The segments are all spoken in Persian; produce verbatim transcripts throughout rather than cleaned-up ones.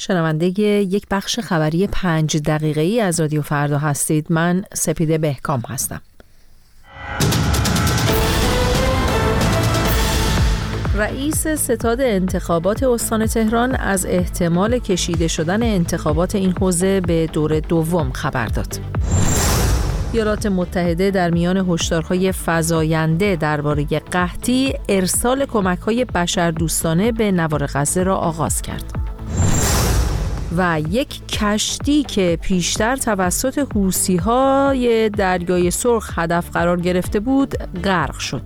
شنونده یک بخش خبری پنج دقیقه‌ای از رادیو فردا هستید. من سپیده بهکام هستم. رئیس ستاد انتخابات استان تهران از احتمال کشیده شدن انتخابات این حوزه به دور دوم خبر داد. ایالات متحده در میان هشدارهای فزاینده درباره قحطی، ارسال کمک‌های بشردوستانه به نوار غزه را آغاز کرد. و یک کشتی که پیشتر توسط حوثی‌های دریای سرخ هدف قرار گرفته بود، غرق شد.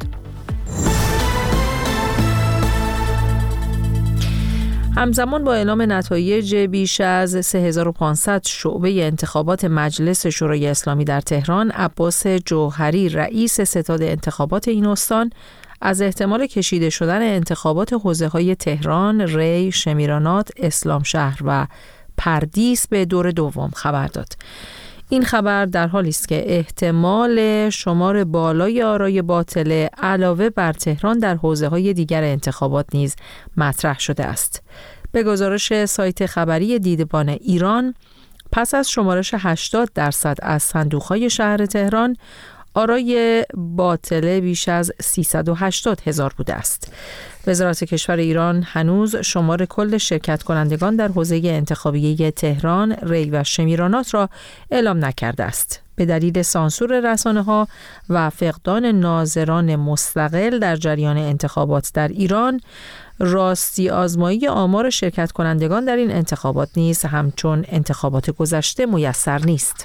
همزمان با اعلام نتایج بیش از سه هزار و پانصد شعبه انتخابات مجلس شورای اسلامی در تهران، عباس جوهری رئیس ستاد انتخابات این استان از احتمال کشیده شدن انتخابات حوزه‌های تهران، ری، شمیرانات، اسلام شهر و پردیس به دور دوم خبر داد. این خبر در حالی است که احتمال شمار بالای آرای باطله علاوه بر تهران در حوزه‌های دیگر انتخابات نیز مطرح شده است. به گزارش سایت خبری دیدبان ایران، پس از شمارش هشتاد درصد از صندوق‌های شهر تهران، آرای باطله بیش از سیصد و هشتاد هزار بوده است. وزارت کشور ایران هنوز شمار کل شرکت کنندگان در حوزه انتخابیه تهران، ری و شمیرانات را اعلام نکرده است. به دلیل سانسور رسانه‌ها و فقدان ناظران مستقل در جریان انتخابات در ایران، راستی آزمایی آمار شرکت کنندگان در این انتخابات نیز همچون انتخابات گذشته میسر نیست.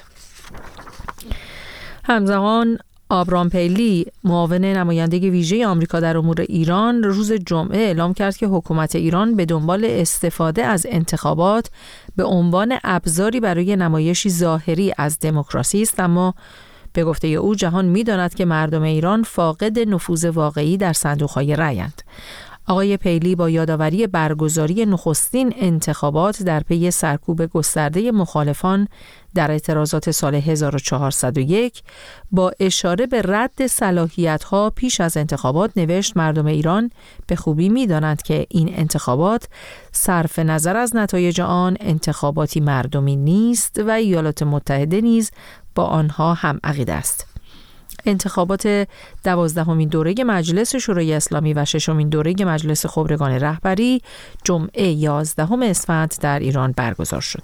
همزمان آبرام پیلی، معاون نماینده ویژه آمریکا در امور ایران، روز جمعه اعلام کرد که حکومت ایران به دنبال استفاده از انتخابات به عنوان ابزاری برای نمایشی ظاهری از دموکراسی است، اما به گفته او جهان می‌داند که مردم ایران فاقد نفوذ واقعی در صندوق‌های رأی‌اند. آقای پیلی با یادآوری برگزاری نخستین انتخابات در پی سرکوب گسترده مخالفان در اعتراضات سال هزار و چهارصد و یک با اشاره به رد صلاحیت‌ها پیش از انتخابات نوشت: مردم ایران به خوبی می‌دانند که این انتخابات صرف نظر از نتایج آن انتخاباتی مردمی نیست و ایالات متحده نیز با آنها هم عقیده است. انتخابات دوازدهمین دوره مجلس شورای اسلامی و ششمین دوره مجلس خبرگان رهبری جمعه یازدهم اسفند در ایران برگزار شد.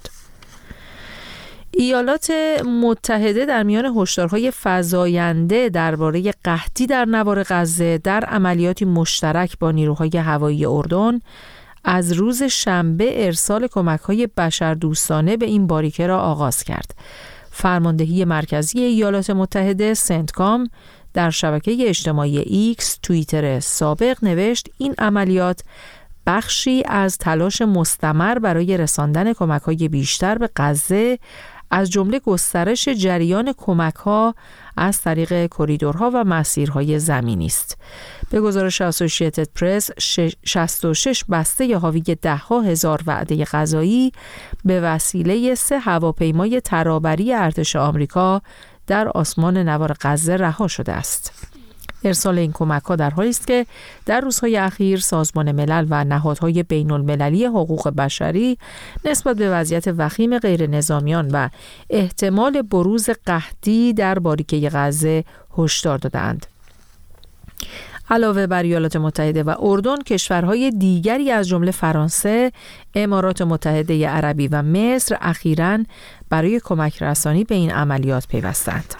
ایالات متحده در میان هشدارهای فزاینده درباره قحطی در نوار غزه در عملیاتی مشترک با نیروهای هوایی اردن از روز شنبه ارسال کمک‌های بشردوستانه به این باریکه را آغاز کرد. فرماندهی مرکزی ایالات متحده سنتکام در شبکه اجتماعی ایکس توییتر سابق نوشت: این عملیات بخشی از تلاش مستمر برای رساندن کمک‌های بیشتر به غزه، از جمله گسترش جریان کمک‌ها از طریق کریدورها و مسیرهای زمینی است. به گزارش اسوسییتد پرس، شصت و شش بسته حاوی ده‌ها هزار وعده غذایی به وسیله سه هواپیمای ترابری ارتش آمریکا در آسمان نوار غزه رها شده است. ارسال این کمک‌ها در حالی است که در روزهای اخیر سازمان ملل و نهادهای بین‌المللی حقوق بشری نسبت به وضعیت وخیم غیر نظامیان و احتمال بروز قحطی در باریکه غزه هشدار دادند. علاوه بر ایالات متحده و اردن، کشورهای دیگری از جمله فرانسه، امارات متحده عربی و مصر اخیراً برای کمک رسانی به این عملیات پیوستند.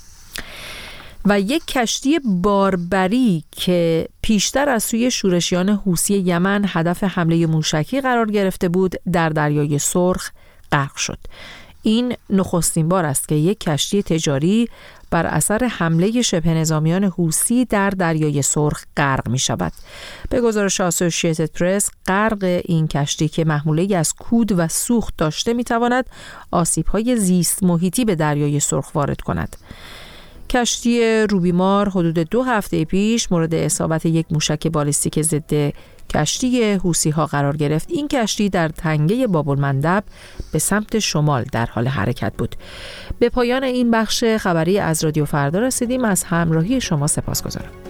و یک کشتی باربری که پیشتر از سوی شورشیان حوثی یمن هدف حمله موشکی قرار گرفته بود، در دریای سرخ غرق شد. این نخستین بار است که یک کشتی تجاری بر اثر حمله شبه نظامیان حوثی در دریای سرخ غرق می شود. به گزارش اسوسییتد پرس، غرق این کشتی که محموله‌ای از کود و سوخت داشته می تواند آسیب‌های زیست محیطی به دریای سرخ وارد کند. کشتی روبیمار حدود دو هفته پیش مورد اصابت یک موشک بالستیک ضد کشتی حوثی‌ها قرار گرفت. این کشتی در تنگه باب‌المندب به سمت شمال در حال حرکت بود. به پایان این بخش خبری از رادیو فردا رسیدیم. از همراهی شما سپاسگزارم.